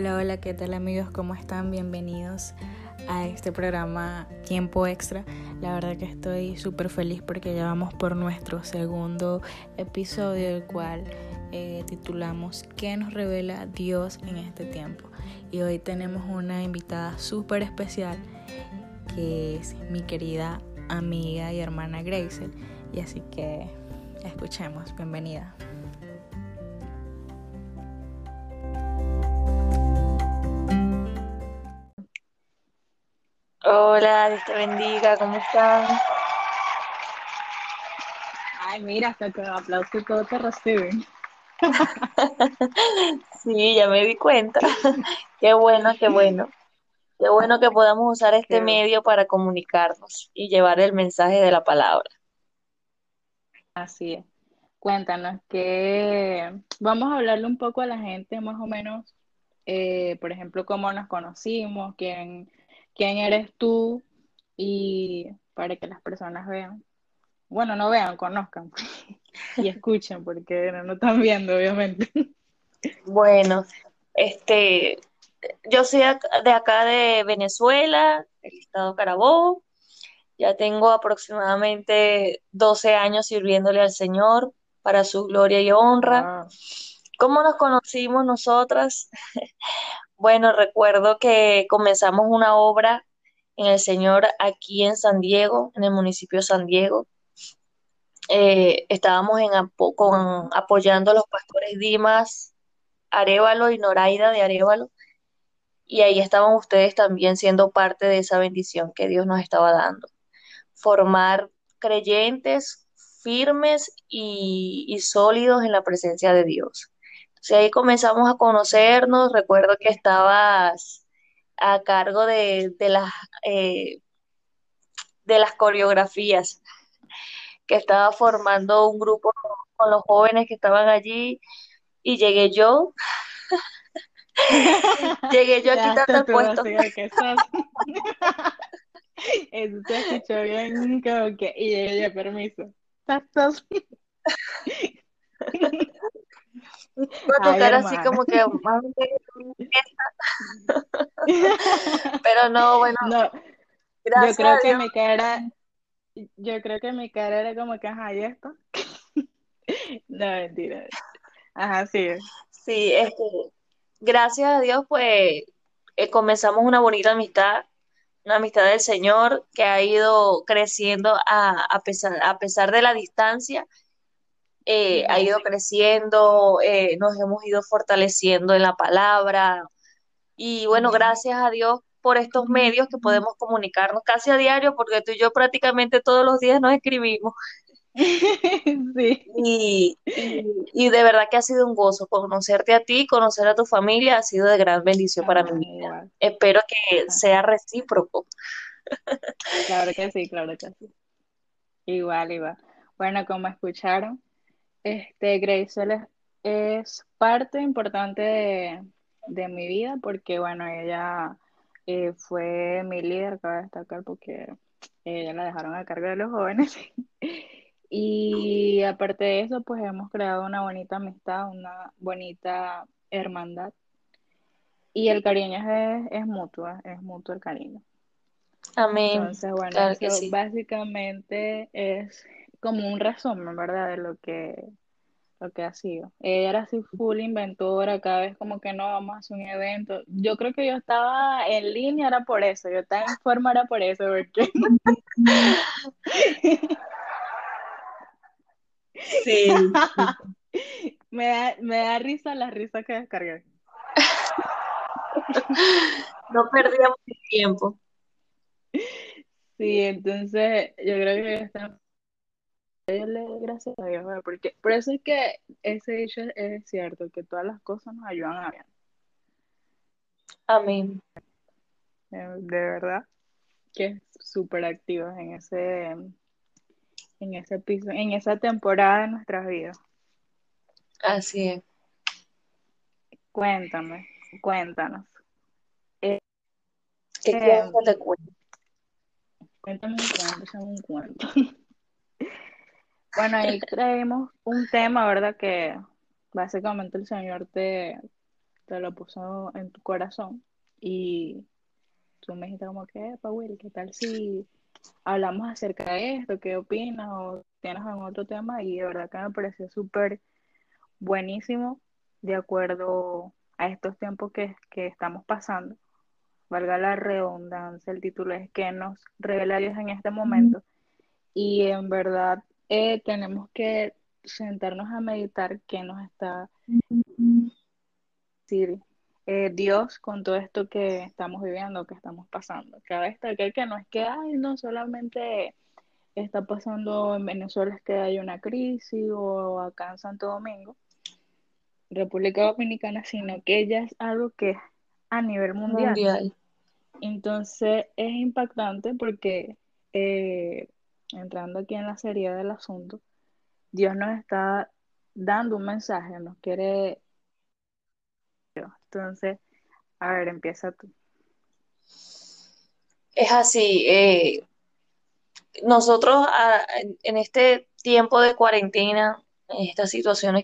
Hola, hola, ¿qué tal amigos? ¿Cómo están? Bienvenidos a este programa Tiempo Extra. La verdad que estoy súper feliz porque ya vamos por nuestro segundo episodio, el cual titulamos ¿Qué nos revela Dios en este tiempo? Y hoy tenemos una invitada súper especial que es mi querida amiga y hermana Grace. Y así que escuchemos, bienvenida. Hola, Dios te bendiga, ¿cómo están? Ay, mira, hasta con aplauso y todo te reciben. Sí, ya me di cuenta. Qué bueno, qué bueno. Qué bueno que podamos usar este Que medio para comunicarnos y llevar el mensaje de la palabra. así es. Cuéntanos, que vamos a hablarle un poco a la gente, más o menos, por ejemplo, cómo nos conocimos, quién eres tú, y para que las personas vean. Bueno, no vean, conozcan y escuchen, porque no están viendo, obviamente. Bueno, este, yo soy de acá de Venezuela, el estado Carabobo. Ya tengo aproximadamente 12 años sirviéndole al Señor para su gloria y honra. Wow. ¿Cómo nos conocimos nosotras? Bueno, recuerdo que comenzamos una obra en el Señor aquí en San Diego, en el municipio de San Diego. Estábamos apoyando a los pastores Dimas Arévalo y Noraida de Arévalo, y ahí estaban ustedes también siendo parte de esa bendición que Dios nos estaba dando. Formar creyentes firmes y sólidos en la presencia de Dios. Entonces ahí comenzamos a conocernos. Recuerdo que estabas a cargo eh, de las coreografías, que estaba formando un grupo con los jóvenes que estaban allí, y llegué yo a quitarte Quedaste el tú puesto. así, de que estás. Eso se escuchó bien, como que, y ella, permiso. Estás. Con tu Ay, cara así hermana. como que más pero no, bueno, No, yo gracias creo a que Dios. mi cara, yo creo que mi cara era como que, ajá, ¿y esto? No, mentira. Ajá, sí. Sí, gracias a Dios, pues comenzamos una amistad del Señor que ha ido creciendo a pesar de la distancia. Ha Ujú, ido creciendo, nos hemos ido fortaleciendo en la palabra, y bueno, ujú. gracias a Dios por estos medios que podemos comunicarnos casi a diario, porque tú y yo prácticamente todos los días nos escribimos. Sí. Y de verdad que ha sido un gozo conocerte a ti, conocer a tu familia, ha sido de gran bendición para mi Ajá, vida. igual. Espero que Ajá. sea recíproco. Claro que sí, claro que sí. Igual, igual. Bueno, como escucharon, Grace es parte importante de mi vida porque, bueno, ella fue mi líder, cabe destacar, porque ella la dejaron a cargo de los jóvenes. Y aparte de eso, pues hemos creado una bonita amistad, una bonita hermandad. Y el cariño es mutuo el cariño. Amén. Entonces, bueno, Claro que eso sí. básicamente es como un resumen, ¿verdad? De lo que ha sido. Ella era así full inventora, cada vez como que no, vamos a hacer un evento. Yo creo que yo estaba en línea, era por eso, yo estaba en forma, era por eso, porque Sí, me da risa la risa que descargué. no perdíamos el tiempo. Sí, entonces yo creo que está, gracias a Dios, ¿verdad? Porque por eso es que ese dicho es cierto, que todas las cosas nos ayudan a bien, Amén. de verdad, que es súper activos en ese piso, en esa temporada de nuestras vidas. Así es. Cuéntame, cuéntanos. Eh, ¿Qué quieres eh, que te cuente? cuéntame un cuento, échame un cuento. Bueno, ahí traemos un tema, ¿verdad? Que básicamente el Señor te te lo puso en tu corazón y tú me dijiste como que, Will, ¿qué tal si hablamos acerca de esto? ¿Qué opinas? ¿O tienes algún otro tema? Y de verdad que me pareció súper buenísimo de acuerdo a estos tiempos que estamos pasando. Valga la redundancia, el título es ¿qué nos revela Dios en este momento? Y en verdad tenemos que sentarnos a meditar qué nos está decir Dios con todo esto que estamos viviendo, que estamos pasando. Cabe destacar que no es que, ay, no solamente está pasando en Venezuela, es que hay una crisis o acá en Santo Domingo, República Dominicana, sino que ya es algo que es a nivel mundial. Mundial. Entonces es impactante porque eh, entrando aquí en la seriedad del asunto, Dios nos está dando un mensaje, nos quiere. Entonces, a ver, empieza tú. Es así. Nosotros en este tiempo de cuarentena, en estas situaciones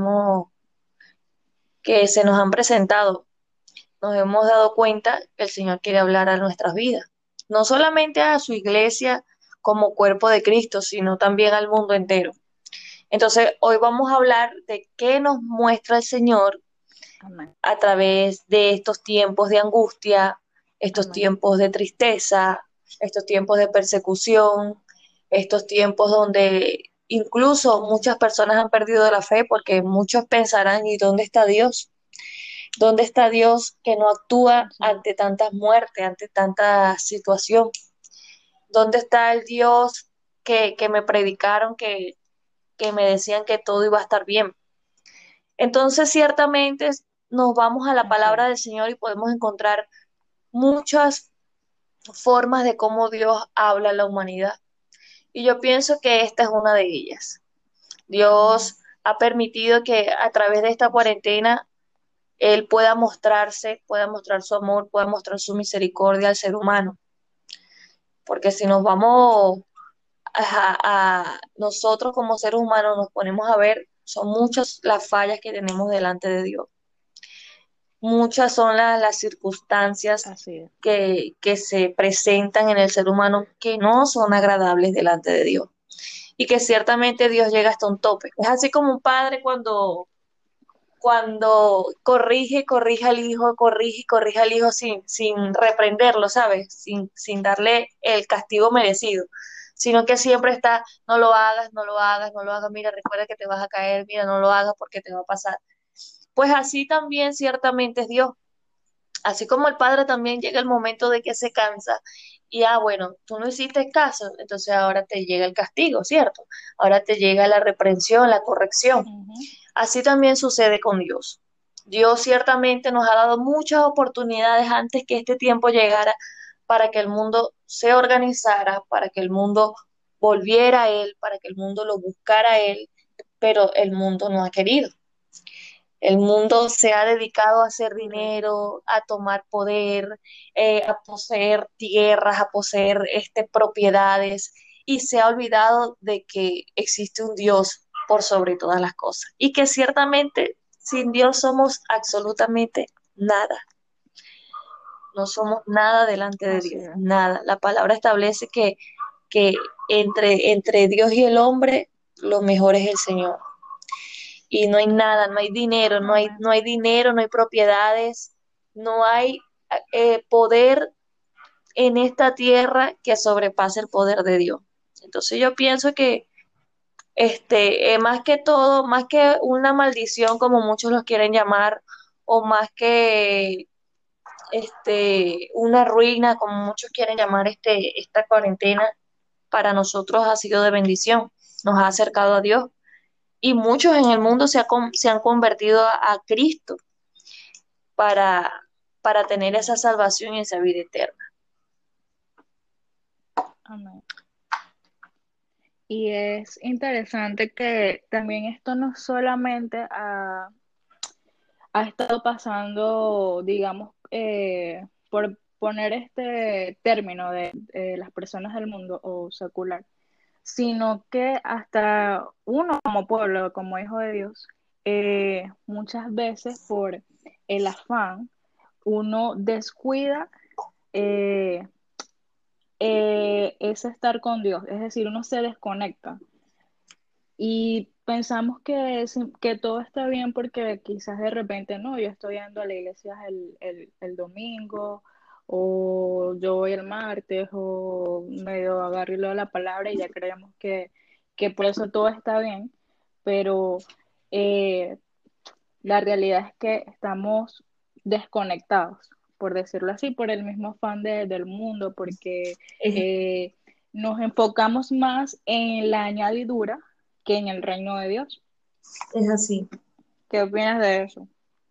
que se nos han presentado, nos hemos dado cuenta que el Señor quiere hablar a nuestras vidas. No solamente a su iglesia como cuerpo de Cristo, sino también al mundo entero. Entonces, hoy vamos a hablar de qué nos muestra el Señor Amén. a través de estos tiempos de angustia, estos Amén. tiempos de tristeza, estos tiempos de persecución, estos tiempos donde incluso muchas personas han perdido la fe porque muchos pensarán, ¿y dónde está Dios? ¿Dónde está Dios que no actúa Así es. ante tantas muertes, ante tanta situación? ¿Dónde está el Dios que me predicaron, que me decían que todo iba a estar bien? Entonces, ciertamente nos vamos a la Así es. palabra del Señor y podemos encontrar muchas formas de cómo Dios habla a la humanidad. Y yo pienso que esta es una de ellas. Amén. Dios ha permitido que a través de esta cuarentena Él pueda mostrarse, pueda mostrar su amor, pueda mostrar su misericordia al ser humano. Porque si nos vamos a nosotros como seres humanos, nos ponemos a ver, son muchas las fallas que tenemos delante de Dios. Muchas son las circunstancias Así es. que se presentan en el ser humano que no son agradables delante de Dios y que ciertamente Dios llega hasta un tope. Es así como un padre cuando corrige al hijo, corrige al hijo sin reprenderlo, ¿sabes? Sin darle el castigo merecido, sino que siempre está, no lo hagas, no lo hagas, no lo hagas, mira, recuerda que te vas a caer, mira, no lo hagas porque te va a pasar. Pues así también ciertamente es Dios. Así como el padre también llega el momento de que se cansa y, bueno, tú no hiciste caso, entonces ahora te llega el castigo, ¿cierto? Ahora te llega la reprensión, la corrección. Ujú. Así también sucede con Dios. Dios ciertamente nos ha dado muchas oportunidades antes que este tiempo llegara para que el mundo se organizara, para que el mundo volviera a Él, para que el mundo lo buscara a Él, pero el mundo no ha querido. El mundo se ha dedicado a hacer Correcto. dinero, a tomar poder, a poseer tierras, a poseer propiedades y se ha olvidado de que existe un Dios por sobre todas las cosas y que ciertamente sin Dios somos absolutamente nada. No somos nada delante de Así Dios, es. nada. La palabra establece que entre Dios y el hombre lo mejor es el Señor y no hay nada, no hay dinero, Amén. no hay dinero, no hay propiedades, no hay poder en esta tierra que sobrepase el poder de Dios. Entonces yo pienso que más que todo, más que una maldición como muchos los quieren llamar, o más que una ruina como muchos quieren llamar esta cuarentena, para nosotros ha sido de bendición, nos ha acercado a Dios y muchos en el mundo se han convertido a Cristo para, para tener esa salvación y esa vida eterna. Amén. Y es interesante que también esto no solamente ha estado pasando, digamos, por poner este término de las personas del mundo o secular, sino que hasta uno como pueblo, como hijo de Dios, muchas veces por el afán, uno descuida eh, ese estar con Dios, es decir, uno se desconecta y pensamos que todo está bien porque quizás de repente no, yo estoy yendo a la iglesia el domingo o yo voy el martes o medio agarro y leo la palabra y ya creemos que por eso todo está bien, pero eh, la realidad es que estamos desconectados, por decirlo así, por el mismo afán del mundo, porque Es, eh, nos enfocamos más en la añadidura que en el reino de Dios. es así. ¿Qué opinas de eso?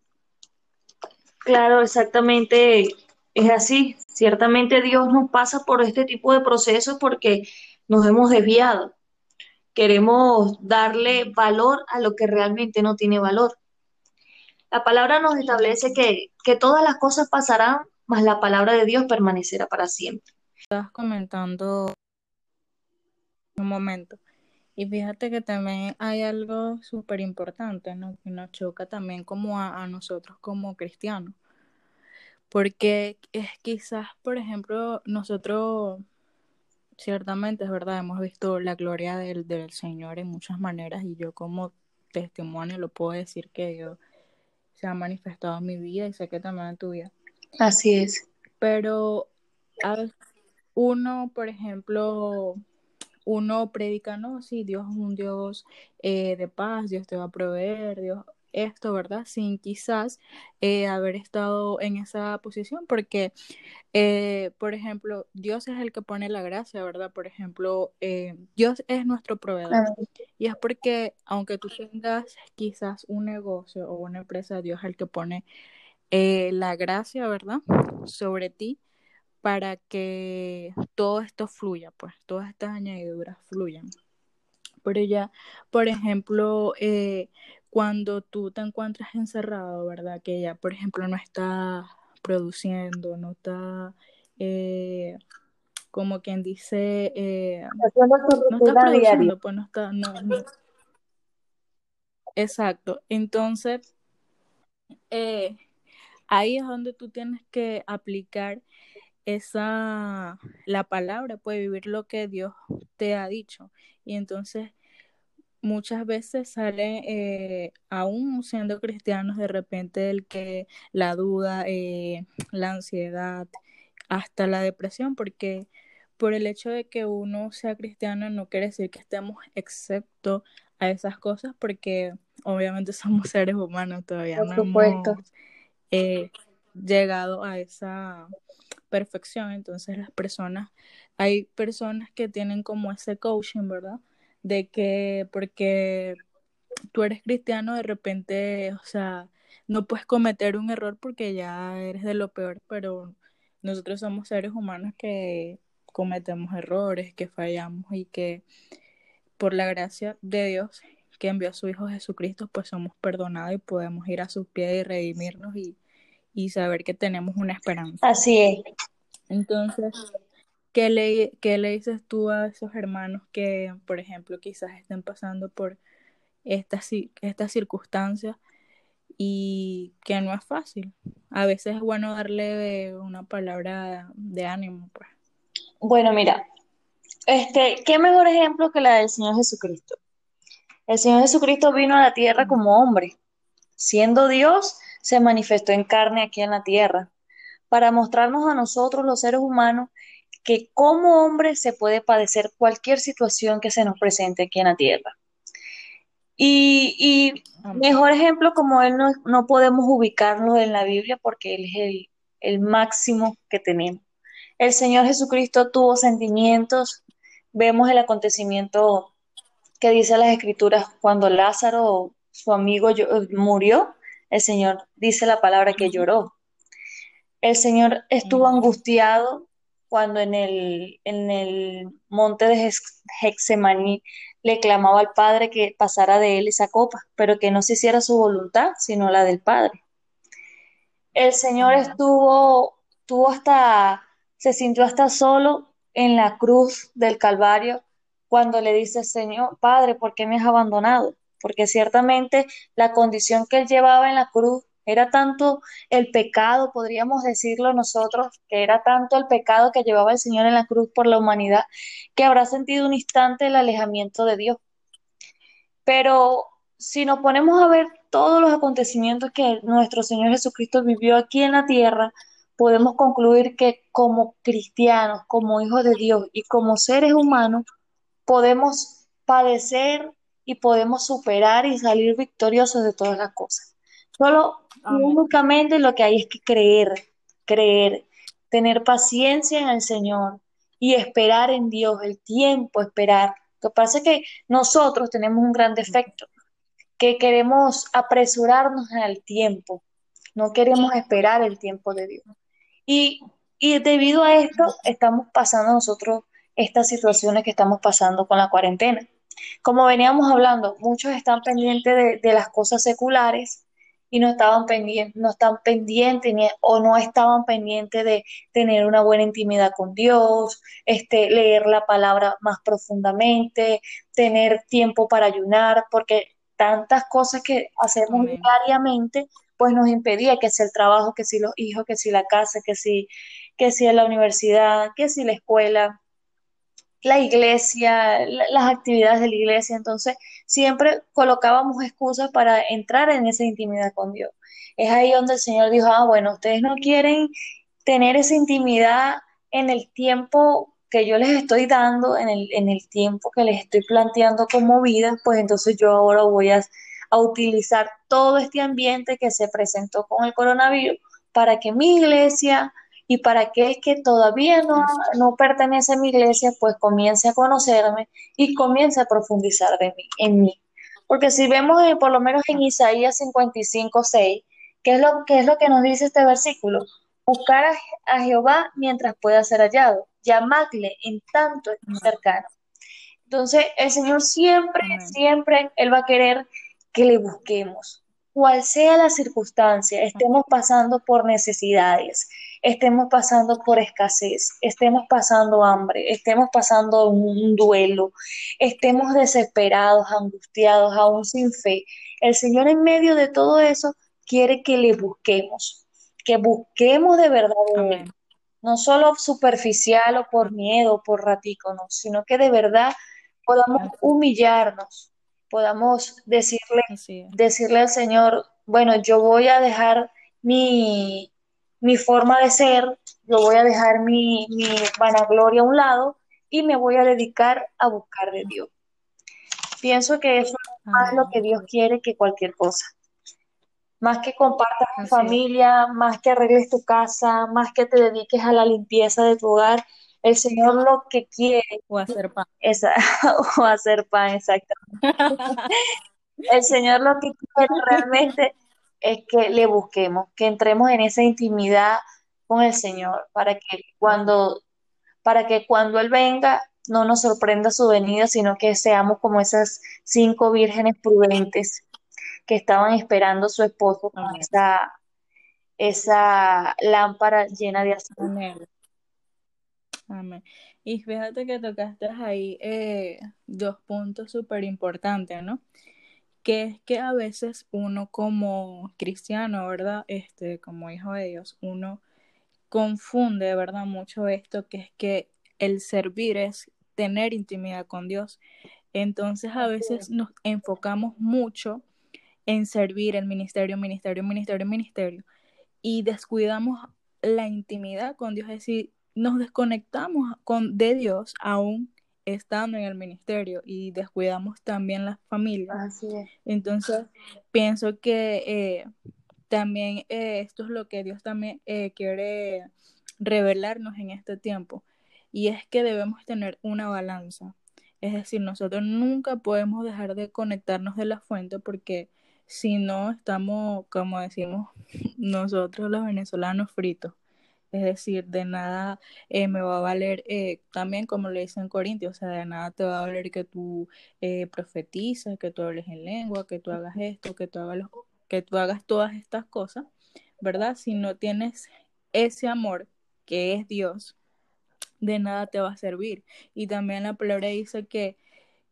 Claro, exactamente, es así. Ciertamente Dios nos pasa por este tipo de procesos porque nos hemos desviado. Queremos darle valor a lo que realmente no tiene valor. La palabra nos establece que todas las cosas pasarán, mas la palabra de Dios permanecerá para siempre. Estabas comentando un momento. Y fíjate que también hay algo súper importante, ¿no? Que nos choca también como a nosotros como cristianos. Porque es quizás, por ejemplo, nosotros ciertamente es verdad, hemos visto la gloria del Señor en muchas maneras y yo como testimonio lo puedo decir que Dios se ha manifestado en mi vida y sé que también en tu vida. Así es. Pero a veces uno, por ejemplo, uno predica, no, sí, Dios es un Dios de paz, Dios te va a proveer, Dios esto, ¿verdad? Sin quizás haber estado en esa posición, porque, por ejemplo, Dios es el que pone la gracia, ¿verdad? Por ejemplo, Dios es nuestro proveedor. Amén. Y es porque, aunque tú tengas quizás un negocio o una empresa, Dios es el que pone la gracia, ¿verdad? Sobre ti para que todo esto fluya, pues todas estas añadiduras fluyan. Pero ya, por ejemplo, cuando tú te encuentras encerrado, ¿verdad? Que ya, por ejemplo, no está produciendo, no está, como quien dice, Haciendo su no estás rutina diaria. produciendo, pues no está, exacto. Entonces, eh, ahí es donde tú tienes que aplicar la palabra, puede vivir lo que Dios te ha dicho. Y entonces muchas veces sale, aún siendo cristianos, de repente el que la duda, la ansiedad, hasta la depresión, porque por el hecho de que uno sea cristiano no quiere decir que estemos excepto a esas cosas, porque obviamente somos seres humanos, todavía Por no supuesto. hemos eh, llegado a esa perfección. Entonces hay personas que tienen como ese coaching, ¿verdad? De que porque tú eres cristiano, de repente, o sea, no puedes cometer un error porque ya eres de lo peor, pero nosotros somos seres humanos que cometemos errores, que fallamos y que por la gracia de Dios que envió a su Hijo Jesucristo, pues somos perdonados y podemos ir a sus pies y redimirnos y saber que tenemos una esperanza. Así es. Entonces, qué le dices tú a esos hermanos que, por ejemplo, quizás estén pasando por estas circunstancias y que no es fácil? A veces es bueno darle una palabra de ánimo, pues. Bueno, mira, qué mejor ejemplo que la del Señor Jesucristo. El Señor Jesucristo vino a la tierra como hombre. Siendo Dios, se manifestó en carne aquí en la tierra para mostrarnos a nosotros, los seres humanos, que como hombre se puede padecer cualquier situación que se nos presente aquí en la tierra. Y Amén. mejor ejemplo como él no podemos ubicarlo en la Biblia porque él es el máximo que tenemos. El Señor Jesucristo tuvo sentimientos. Vemos el acontecimiento que dice las Escrituras cuando Lázaro, su amigo, murió. El Señor dice la palabra que Ujú, lloró. El Señor estuvo ujú, angustiado cuando en el monte de Hexemaní le clamaba al Padre que pasara de él esa copa, pero que no se hiciera su voluntad, sino la del Padre. El Señor amén. se sintió hasta solo en la cruz del Calvario cuando le dice, Señor, Padre, ¿por qué me has abandonado? Porque ciertamente la condición que él llevaba en la cruz Era tanto el pecado, podríamos decirlo nosotros, que era tanto el pecado que llevaba el Señor en la cruz por la humanidad, que habrá sentido un instante el alejamiento de Dios. Pero si nos ponemos a ver todos los acontecimientos que nuestro Señor Jesucristo vivió aquí en la tierra, podemos concluir que como cristianos, como hijos de Dios y como seres humanos, podemos padecer y podemos superar y salir victoriosos de todas las cosas. Solo y Amén. únicamente lo que hay es que creer, tener paciencia en el Señor y esperar en Dios, el tiempo, esperar. Lo que pasa es que nosotros tenemos un gran defecto, que queremos apresurarnos al tiempo, no queremos esperar el tiempo de Dios. Y, y debido a esto, estamos pasando nosotros estas situaciones que estamos pasando con la cuarentena. Como veníamos hablando, muchos están pendientes de las cosas seculares y no están pendientes o no estaban pendientes de tener una buena intimidad con Dios, leer la palabra más profundamente, tener tiempo para ayunar, porque tantas cosas que hacemos Amén. diariamente pues nos impedía que si el trabajo, que si los hijos, que si la casa, que si la universidad, que si la escuela, la iglesia, las actividades de la iglesia. Entonces, siempre colocábamos excusas para entrar en esa intimidad con Dios. Es ahí donde el Señor dijo, ah, bueno, ustedes no quieren tener esa intimidad en el tiempo que yo les estoy dando, en el tiempo que les estoy planteando como vida, pues entonces yo ahora voy a utilizar todo este ambiente que se presentó con el coronavirus para que mi iglesia y para aquel que todavía no pertenece a mi iglesia, pues comience a conocerme y comience a profundizar en mí. Porque si vemos por lo menos en Isaías 55:6, qué es lo que nos dice este versículo? Buscar a Jehová mientras pueda ser hallado, llamadle en tanto esté cercano. Entonces, el Señor siempre, Amén. siempre, Él va a querer que le busquemos. Cual sea la circunstancia, estemos pasando por necesidades, estemos pasando por escasez, estemos pasando hambre, estemos pasando un duelo, estemos desesperados, angustiados, aún sin fe. El Señor en medio de todo eso quiere que busquemos de verdad de Él, Amén. no solo superficial o por miedo o por ratico, no, sino que de verdad podamos humillarnos, podamos Así es. decirle al Señor, bueno, yo voy a dejar mi forma de ser, yo voy a dejar mi vanagloria a un lado y me voy a dedicar a buscar de Dios. Pienso que eso es más lo Amén. que Dios quiere que cualquier cosa. Más que compartas tu Así es. familia, más que arregles tu casa, más que te dediques a la limpieza de tu hogar, el Señor lo que quiere O hacer pan. es o hacer pan, exacto. El Señor lo que quiere realmente es que le busquemos, que entremos en esa intimidad con el Señor, para que cuando Él venga no nos sorprenda su venida, sino que seamos como esas 5 vírgenes prudentes que estaban esperando a su esposo con Amén. esa lámpara llena de aceite. Amén. Amén. Y fíjate que tocaste ahí dos puntos súper importantes, ¿no? Que es que a veces uno como cristiano, ¿verdad? Como hijo de Dios, uno confunde, ¿verdad? Mucho esto, que es que el servir es tener intimidad con Dios. Entonces a Así veces es. nos enfocamos mucho en servir el ministerio y descuidamos la intimidad con Dios, es decir, nos desconectamos de Dios aún estando en el ministerio y descuidamos también la familia. Así es. Entonces, pienso que también esto es lo que Dios también quiere revelarnos en este tiempo, y es que debemos tener una balanza. Es decir, nosotros nunca podemos dejar de conectarnos de la fuente porque si no estamos, como decimos nosotros los venezolanos, fritos. Es decir, de nada me va a valer, también como le dicen en Corintios, o sea, de nada te va a valer que tú profetices, que tú hables en lengua, que tú hagas esto, que tú hagas todas estas cosas, ¿verdad? Si no tienes ese amor que es Dios, de nada te va a servir. Y también la palabra dice que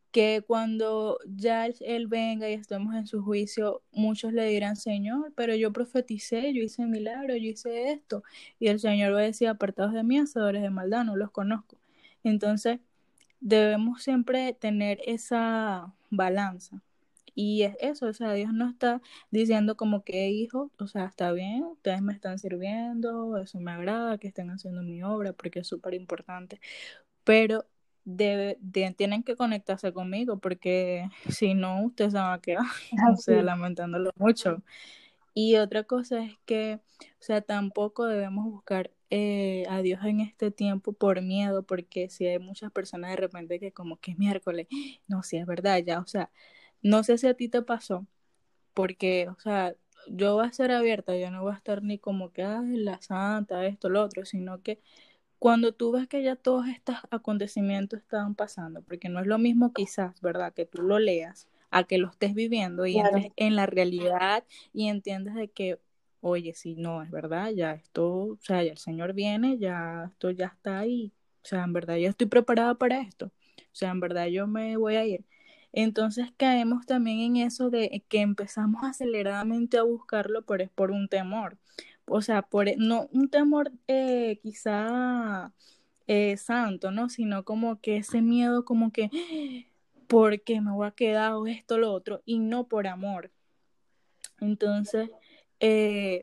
que cuando ya él venga y estemos en su juicio, muchos le dirán, Señor, pero yo profeticé, yo hice milagro, yo hice esto. Y el Señor va a decir, apartados de mí, hacedores de maldad, no los conozco. Entonces, debemos siempre tener esa balanza. Y es eso, o sea, Dios no está diciendo como que, hijo, o sea, está bien, ustedes me están sirviendo, eso me agrada, que estén haciendo mi obra, porque es súper importante, pero tienen que conectarse conmigo, porque si no, ustedes se van a quedar, o sea, Así. lamentándolo mucho. Y otra cosa es que, o sea, tampoco debemos buscar a Dios en este tiempo por miedo, porque si hay muchas personas de repente que como que es miércoles, no, si es verdad, ya, o sea, no sé si a ti te pasó, porque, o sea, yo voy a ser abierta, yo no voy a estar ni como que, ay, la santa, esto, lo otro, sino que cuando tú ves que ya todos estos acontecimientos están pasando, porque no es lo mismo quizás, ¿verdad? Que tú lo leas, a que lo estés viviendo y Claro. entres en la realidad y entiendes de que, oye, si no, es verdad, ya esto, o sea, ya el Señor viene, ya esto ya está ahí, o sea, en verdad yo estoy preparada para esto, o sea, en verdad yo me voy a ir. Entonces caemos también en eso de que empezamos aceleradamente a buscarlo, pero es por un temor, o sea, no un temor quizá santo, ¿no? Sino como que ese miedo como que porque me voy a quedar o esto, lo otro, y no por amor. Entonces, eh,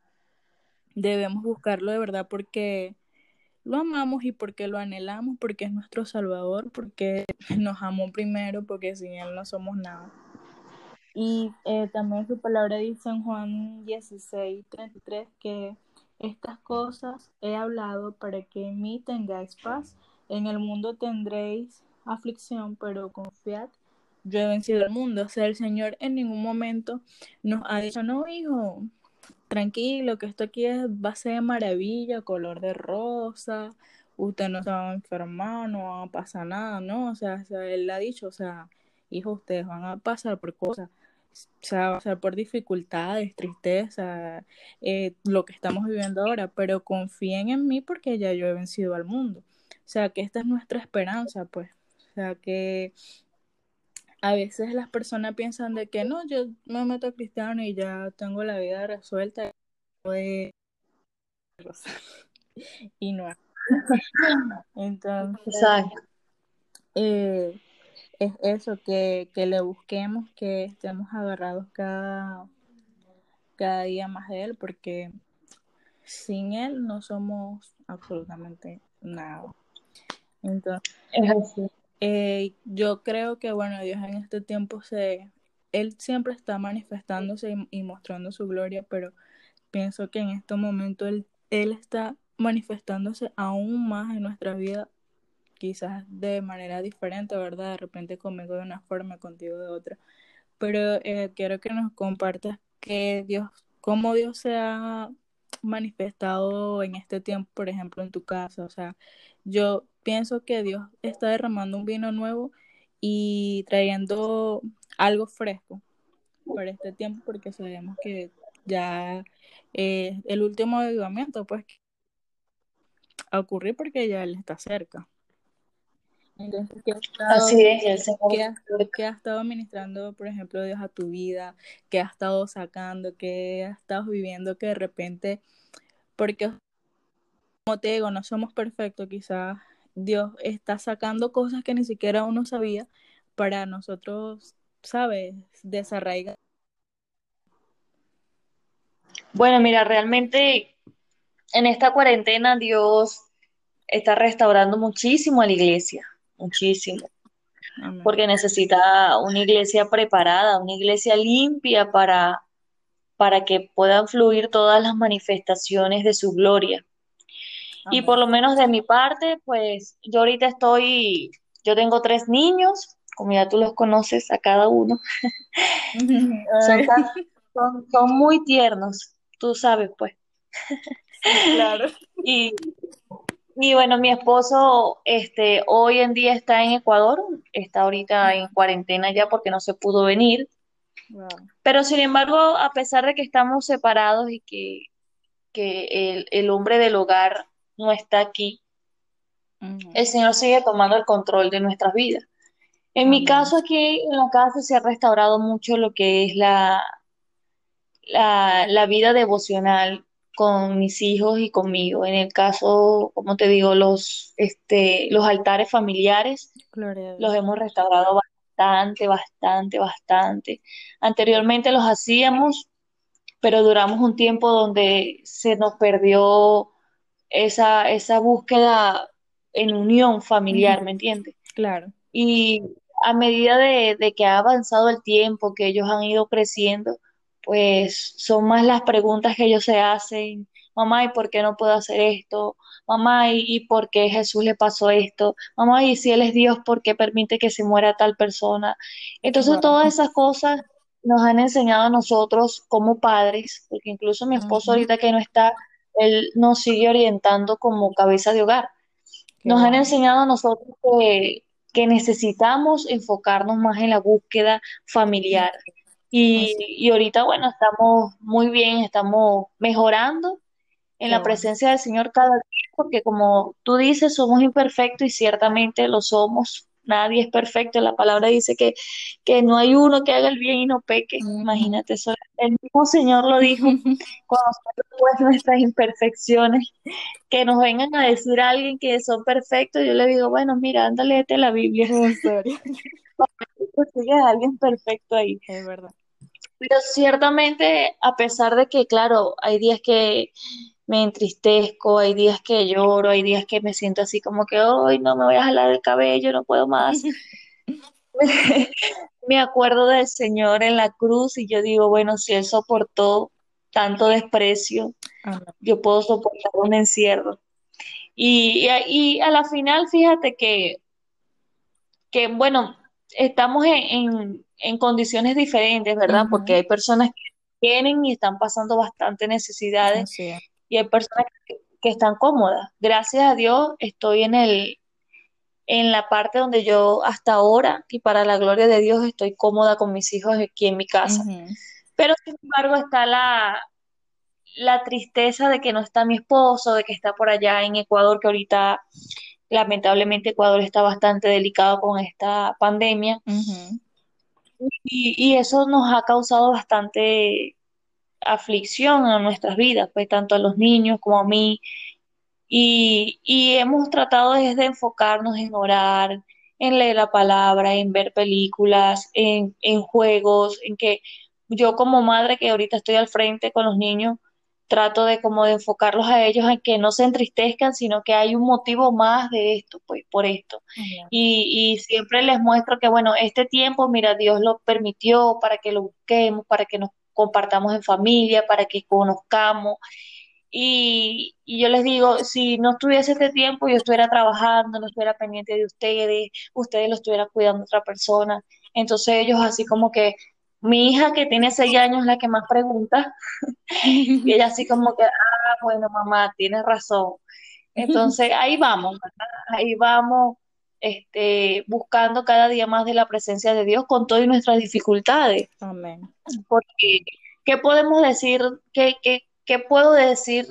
debemos buscarlo de verdad porque lo amamos y porque lo anhelamos, porque es nuestro Salvador, porque nos amó primero, porque sin Él no somos nada. Y también su palabra dice en Juan 16:33 que estas cosas he hablado para que en mí tengáis paz. En el mundo tendréis aflicción, pero confiad, yo he vencido el mundo. O sea, el Señor en ningún momento nos ha dicho, no, hijo, tranquilo, que esto aquí va a ser maravilla, color de rosa, usted no se va a enfermar, no va a pasar nada, ¿no? O sea, él ha dicho, o sea, hijo, ustedes van a pasar por cosas, o sea, va a pasar por dificultades, tristeza, lo que estamos viviendo ahora, pero confíen en mí porque ya yo he vencido al mundo. O sea, que esta es nuestra esperanza, pues. O sea, que a veces las personas piensan de que no, yo me meto a cristiano y ya tengo la vida resuelta y no. Entonces, Exacto. eh, es eso, que le busquemos, que estemos agarrados cada día más de Él, porque sin Él no somos absolutamente nada. Entonces, Es así. yo creo que, bueno, Dios en este tiempo Él siempre está manifestándose y mostrando su gloria, pero pienso que en este momento él está manifestándose aún más en nuestra vida, quizás de manera diferente, ¿verdad? De repente conmigo de una forma, contigo de otra. Pero quiero que nos compartas cómo Dios se ha manifestado en este tiempo, por ejemplo, en tu casa. O sea, yo pienso que Dios está derramando un vino nuevo y trayendo algo fresco para este tiempo, porque sabemos que ya el último avivamiento, pues, a ocurrir porque ya Él está cerca. Entonces, Así es, y el Señor qué, está ha- cerca. qué ha estado ministrando, por ejemplo, Dios a tu vida? ¿Qué ha estado sacando? ¿Qué has estado viviendo que de repente, porque como te digo, no somos perfectos, quizás Dios está sacando cosas que ni siquiera uno sabía para nosotros, ¿sabes? Desarraigar. Bueno, mira, realmente en esta cuarentena Dios está restaurando muchísimo a la iglesia, muchísimo, Amén. porque necesita una iglesia preparada, una iglesia limpia para que puedan fluir todas las manifestaciones de su gloria. Y por Amén. lo menos de mi parte, pues yo tengo tres niños, como ya tú los conoces a cada uno, son tan, Ay, son muy tiernos, tú sabes, pues. sí, claro. Y, y bueno, mi esposo, hoy en día está en Ecuador, está ahorita en cuarentena ya porque no se pudo venir, Wow. pero sin embargo, a pesar de que estamos separados y que el hombre del hogar no está aquí, Ujú. el Señor sigue tomando el control de nuestras vidas. En mi Amén. caso aquí en la casa se ha restaurado mucho lo que es la vida devocional con mis hijos y conmigo. En el caso, como te digo, los altares familiares Gloria a los Dios. hemos restaurado bastante, bastante, bastante. Anteriormente los hacíamos, pero duramos un tiempo donde se nos perdió esa búsqueda en unión familiar, Ujú. ¿me entiendes? Claro. Y a medida de que ha avanzado el tiempo, que ellos han ido creciendo, pues son más las preguntas que ellos se hacen. Mamá, ¿y por qué no puedo hacer esto? Mamá, ¿y por qué Jesús le pasó esto? Mamá, ¿y si Él es Dios, por qué permite que se muera tal persona? Entonces, Wow. todas esas cosas nos han enseñado a nosotros como padres, porque incluso mi esposo Ujú. ahorita que no está, él nos sigue orientando como cabeza de hogar. Qué Nos han bueno. enseñado a nosotros que necesitamos enfocarnos más en la búsqueda familiar. Así. Y ahorita, bueno, estamos muy bien, estamos mejorando en Qué la bueno. presencia del Señor cada día, porque como tú dices, somos imperfectos y ciertamente lo somos. Nadie es perfecto. La palabra dice que no hay uno que haga el bien y no peque. Ujú. Imagínate eso. El mismo Señor lo dijo, conociendo pues nuestras imperfecciones, que nos vengan a decir a alguien que son perfectos, yo le digo, bueno, mira, anda, léete la Biblia, En serio. consigues a alguien perfecto ahí. Es verdad. Pero ciertamente, a pesar de que, claro, hay días que me entristezco, hay días que lloro, hay días que me siento así como que, hoy no me voy a jalar el cabello, no puedo más. Me acuerdo del Señor en la cruz y yo digo, bueno, si Él soportó tanto desprecio, Amén. yo puedo soportar un encierro. Y a la final, fíjate que bueno, estamos en condiciones diferentes, ¿verdad? Porque Ujú. hay personas que tienen y están pasando bastante necesidades Así es. y hay personas que están cómodas. Gracias a Dios estoy en la parte donde yo hasta ahora y para la gloria de Dios estoy cómoda con mis hijos aquí en mi casa. Ujú. Pero sin embargo está la tristeza de que no está mi esposo, de que está por allá en Ecuador, que ahorita lamentablemente Ecuador está bastante delicado con esta pandemia. Ujú. Y eso nos ha causado bastante aflicción en nuestras vidas, pues tanto a los niños como a mí. Y hemos tratado desde enfocarnos en orar, en leer la palabra, en ver películas, en juegos, en que yo como madre que ahorita estoy al frente con los niños, trato de como de enfocarlos a ellos en que no se entristezcan, sino que hay un motivo más de esto, pues por esto. Amén. Y siempre les muestro que, bueno, este tiempo, mira, Dios lo permitió para que lo busquemos, para que nos compartamos en familia, para que conozcamos. Y yo les digo, si no estuviese este tiempo, yo estuviera trabajando, no estuviera pendiente de ustedes, ustedes lo estuvieran cuidando a otra persona. Entonces ellos así como que, mi hija que tiene 6 años es la que más pregunta, y ella así como que, bueno, mamá, tienes razón. Entonces ahí vamos, ¿verdad? Ahí vamos, buscando cada día más de la presencia de Dios con todas nuestras dificultades. Amén. Porque, ¿qué podemos decir? ¿Qué puedo decir?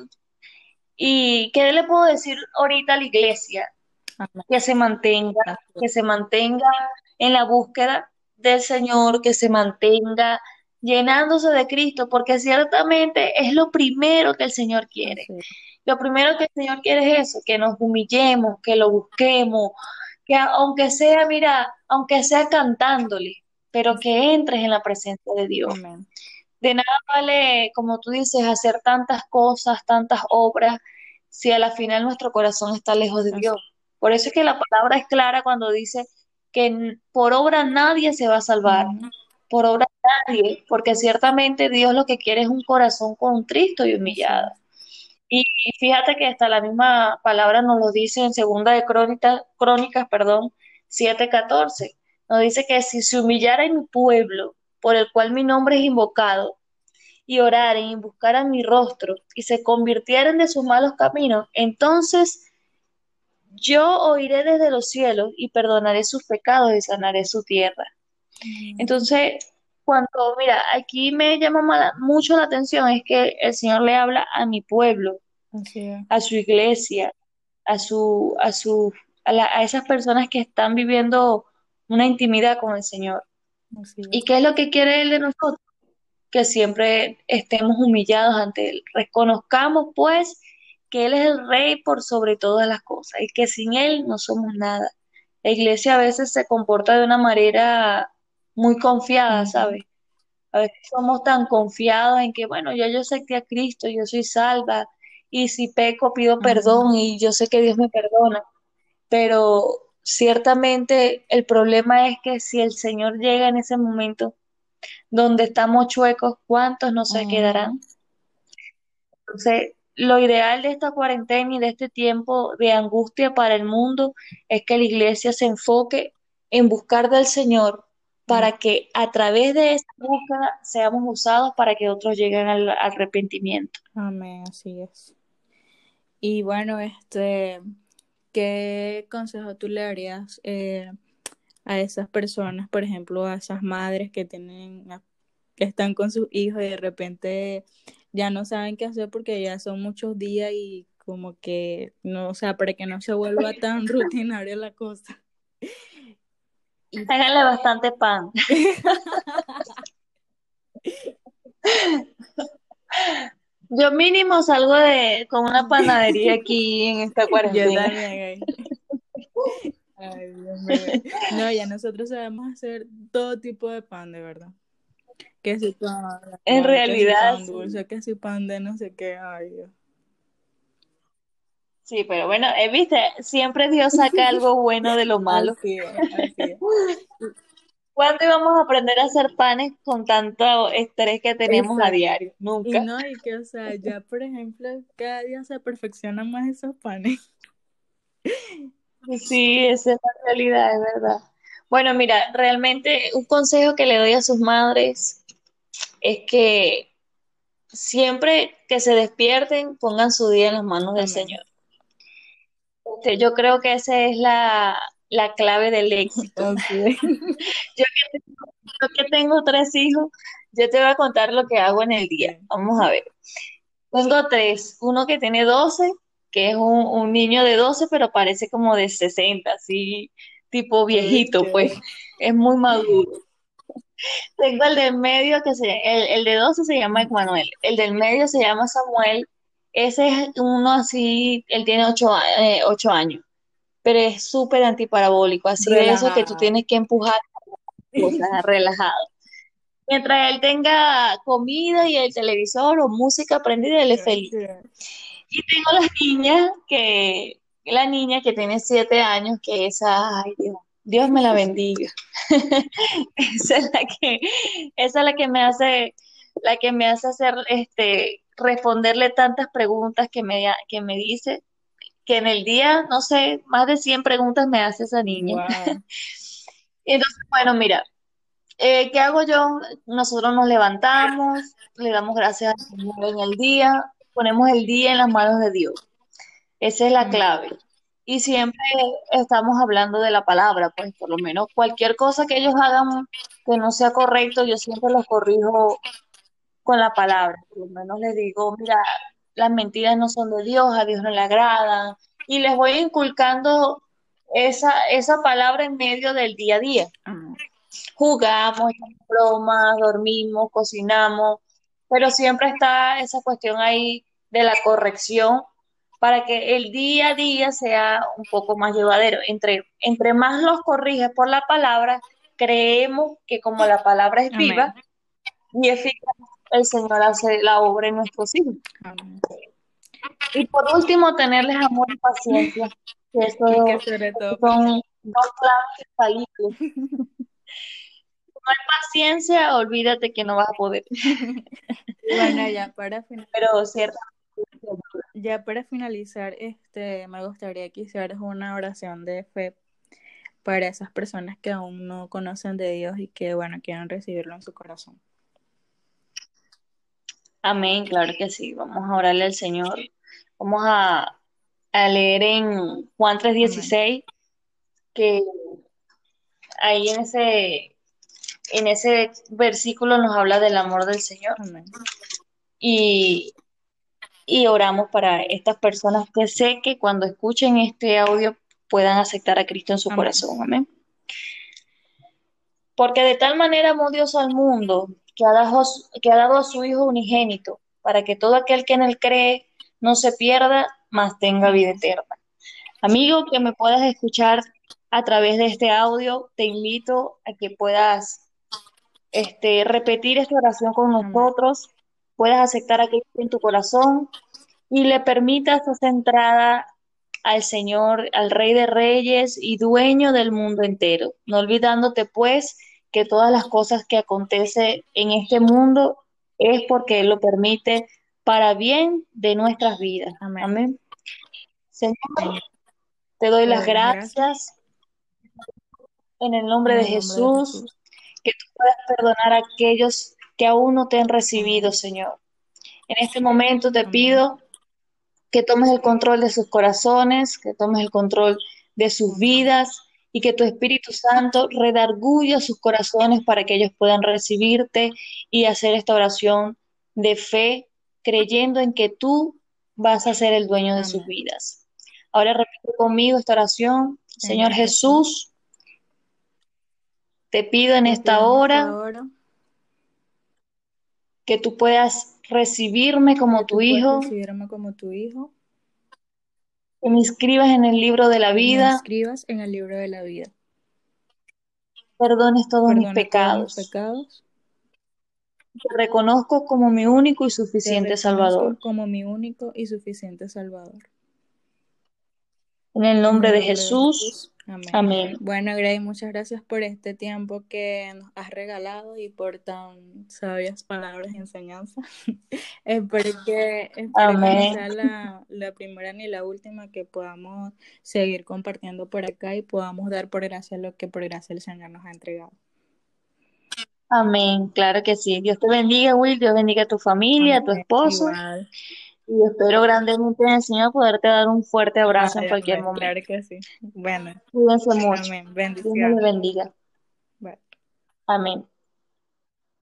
¿Y qué le puedo decir ahorita a la iglesia? Amén. Que se mantenga, Así es. que se mantenga en la búsqueda del Señor, que se mantenga llenándose de Cristo, porque ciertamente es lo primero que el Señor quiere. Así es. Lo primero que el Señor quiere es eso, que nos humillemos, que lo busquemos, que aunque sea, mira, aunque sea cantándole, pero que entres en la presencia de Dios. Amén. De nada vale, como tú dices, hacer tantas cosas, tantas obras, si a la final nuestro corazón está lejos de Así. Dios. Por eso es que la palabra es clara cuando dice que por obra nadie se va a salvar, Ujú. por obra nadie, porque ciertamente Dios lo que quiere es un corazón contrito y Así humillado. es. Y fíjate que hasta la misma palabra nos lo dice en segunda de Crónicas, perdón, 7:14. Nos dice que si se humillara en mi pueblo, por el cual mi nombre es invocado, y oraren y buscaran mi rostro y se convirtieran de sus malos caminos, entonces yo oiré desde los cielos y perdonaré sus pecados y sanaré su tierra. Amén. Entonces, cuando, mira, aquí me llama mucho la atención es que el Señor le habla a mi pueblo, Así es. a su iglesia, a su, a su, a esas personas que están viviendo una intimidad con el Señor. Así ¿Y es. qué es lo que quiere Él de nosotros? Que siempre estemos humillados ante Él. Reconozcamos pues que Él es el Rey por sobre todas las cosas y que sin Él no somos nada. La iglesia a veces se comporta de una manera muy confiada, Ujú. ¿sabes? A veces somos tan confiados en que, bueno, yo acepté a Cristo, yo soy salva, y si peco pido Ujú. perdón y yo sé que Dios me perdona, pero ciertamente el problema es que si el Señor llega en ese momento donde estamos chuecos, ¿cuántos no se quedarán? Ujú. Entonces, lo ideal de esta cuarentena y de este tiempo de angustia para el mundo es que la iglesia se enfoque en buscar del Señor Am- para que a través de esa búsqueda seamos usados para que otros lleguen al arrepentimiento. Amén, así es. Y bueno, ¿qué consejo tú le darías a esas personas, por ejemplo, a esas madres que están con sus hijos y de repente ya no saben qué hacer porque ya son muchos días y como que no, o sea, para que no se vuelva tan rutinaria la cosa? Y Háganle bastante pan. Yo mínimo salgo con una panadería aquí en esta yo cuarentena. también. Ay, Dios mío. No, ya nosotros sabemos hacer todo tipo de pan, de verdad. Que si pan En normal, que si realidad, pan sí. dulce, que si pan de no sé qué. Ay, Dios. Sí, pero bueno, viste, siempre Dios saca algo bueno de lo malo. Así es, así es. ¿Cuándo íbamos a aprender a hacer panes con tanto estrés que tenemos a Exacto. diario? Y Nunca. no, y que, o sea, ya por ejemplo, cada día se perfeccionan más esos panes. Sí, esa es la realidad, es verdad. Bueno, mira, realmente un consejo que le doy a sus madres es que siempre que se despierten, pongan su día en las manos del Amén. Señor. Yo creo que esa es la clave del éxito. Así es. Yo yo que tengo tres hijos, yo te voy a contar lo que hago en el día. Sí. Vamos a ver. Tengo tres, uno que tiene 12, que es un niño de 12, pero parece como de 60, así tipo viejito, pues Ok. es muy maduro. Tengo el del medio, el de 12 se llama Emanuel, el del medio se llama Samuel, ese es uno así, él tiene 8 años, pero es súper antiparabólico, así de eso que tú Relajado. tienes que empujar cosas, relajado. Mientras él tenga comida y el televisor o música prendida, él es feliz. Ok. Y tengo la niña que tiene 7 años, que ay Dios, Dios me la bendiga. Esa es la que me hace hacer, responderle tantas preguntas que me dice, que en el día, no sé, más de 100 preguntas me hace esa niña. Wow. Y entonces, bueno, mira, ¿qué hago yo? Nosotros nos levantamos, le damos gracias al Señor en el día, ponemos el día en las manos de Dios. Esa es la Amén. clave. Y siempre estamos hablando de la palabra, pues por lo menos cualquier cosa que ellos hagan que no sea correcto, yo siempre los corrijo con la palabra. Por lo menos les digo, mira, las mentiras no son de Dios, a Dios no le agradan. Y les voy inculcando esa palabra en medio del día a día. Amén. Jugamos, echamos bromas, dormimos, cocinamos, pero siempre está esa cuestión ahí de la corrección para que el día a día sea un poco más llevadero. Entre más los corriges por la palabra, creemos que como la palabra es Amén. viva y eficaz, el Señor hace la obra en nuestros hijos. Amén. Y por último, tenerles amor y paciencia, que Y que eso sobre todo son dos claves infalibles. Paciencia, olvídate que no vas a poder. y bueno, Pero ciertamente, ya para finalizar, me gustaría que hicieras una oración de fe para esas personas que aún no conocen de Dios y que, bueno, quieren recibirlo en su corazón. amén, claro que sí. Vamos a orarle al Señor. Vamos a leer en Juan tres Amén. dieciséis que ahí en ese versículo nos habla del amor del Señor. Amén. Y, y oramos para estas personas que sé que cuando escuchen este audio puedan aceptar a Cristo en su Amén. corazón. Amén. Porque de tal manera amó Dios al mundo que ha dado a su Hijo unigénito, para que todo aquel que en él cree no se pierda, mas tenga vida Amén. eterna. Amigo, que me puedas escuchar a través de este audio, te invito a que puedas repetir esta oración con Amén. nosotros, puedas aceptar a Cristo en tu corazón y le permitas esa entrada al Señor, al Rey de Reyes y dueño del mundo entero, no olvidándote pues que todas las cosas que acontecen en este mundo es porque Él lo permite para bien de nuestras vidas. Amén. Amén. Señor, Señor, te doy te las doy las gracias gracias en el nombre en de el nombre de Jesús, Jesús. que tú puedas perdonar a aquellos que aún no te han recibido, Amén. Señor. En este momento te Amén. pido que tomes el control de sus corazones, que tomes el control de sus Amén. vidas y que tu Espíritu Santo redarguya sus corazones para que ellos puedan recibirte y hacer esta oración de fe, creyendo en que tú vas a ser el dueño de sus Amén. vidas. Ahora repite conmigo esta oración. Señor Señor Jesús, Jesús, te pido en te esta pido en esta hora hora que tú puedas recibirme que como tu tú puedas hijo, recibirme como tu hijo que me inscribas en el libro de la y me vida, inscribas en el libro de la vida. perdones todos mis Perdona todos mis pecados. pecados. Te reconozco como mi único y Te suficiente reconozco Salvador. como mi único y suficiente Salvador. En el En nombre el de nombre de Jesús. Jesús. Amén. Amén. Bueno, Grey, muchas gracias por este tiempo que nos has regalado y por tan sabias palabras y enseñanzas. Espero que no Amén. sea la primera ni la última que podamos seguir compartiendo por acá y podamos dar por gracia lo que por gracia el Señor nos ha entregado. Amén. Claro que sí. Dios te bendiga, Will. Dios bendiga a tu familia, a tu Amén. esposo. Igual. Y espero grandemente en el Señor poderte dar un fuerte abrazo en Ay, cualquier amén. momento. Claro que sí. Bueno, Cuídense mucho. amén. Dios me le Bendiciones. bendiga. Bye. Amén.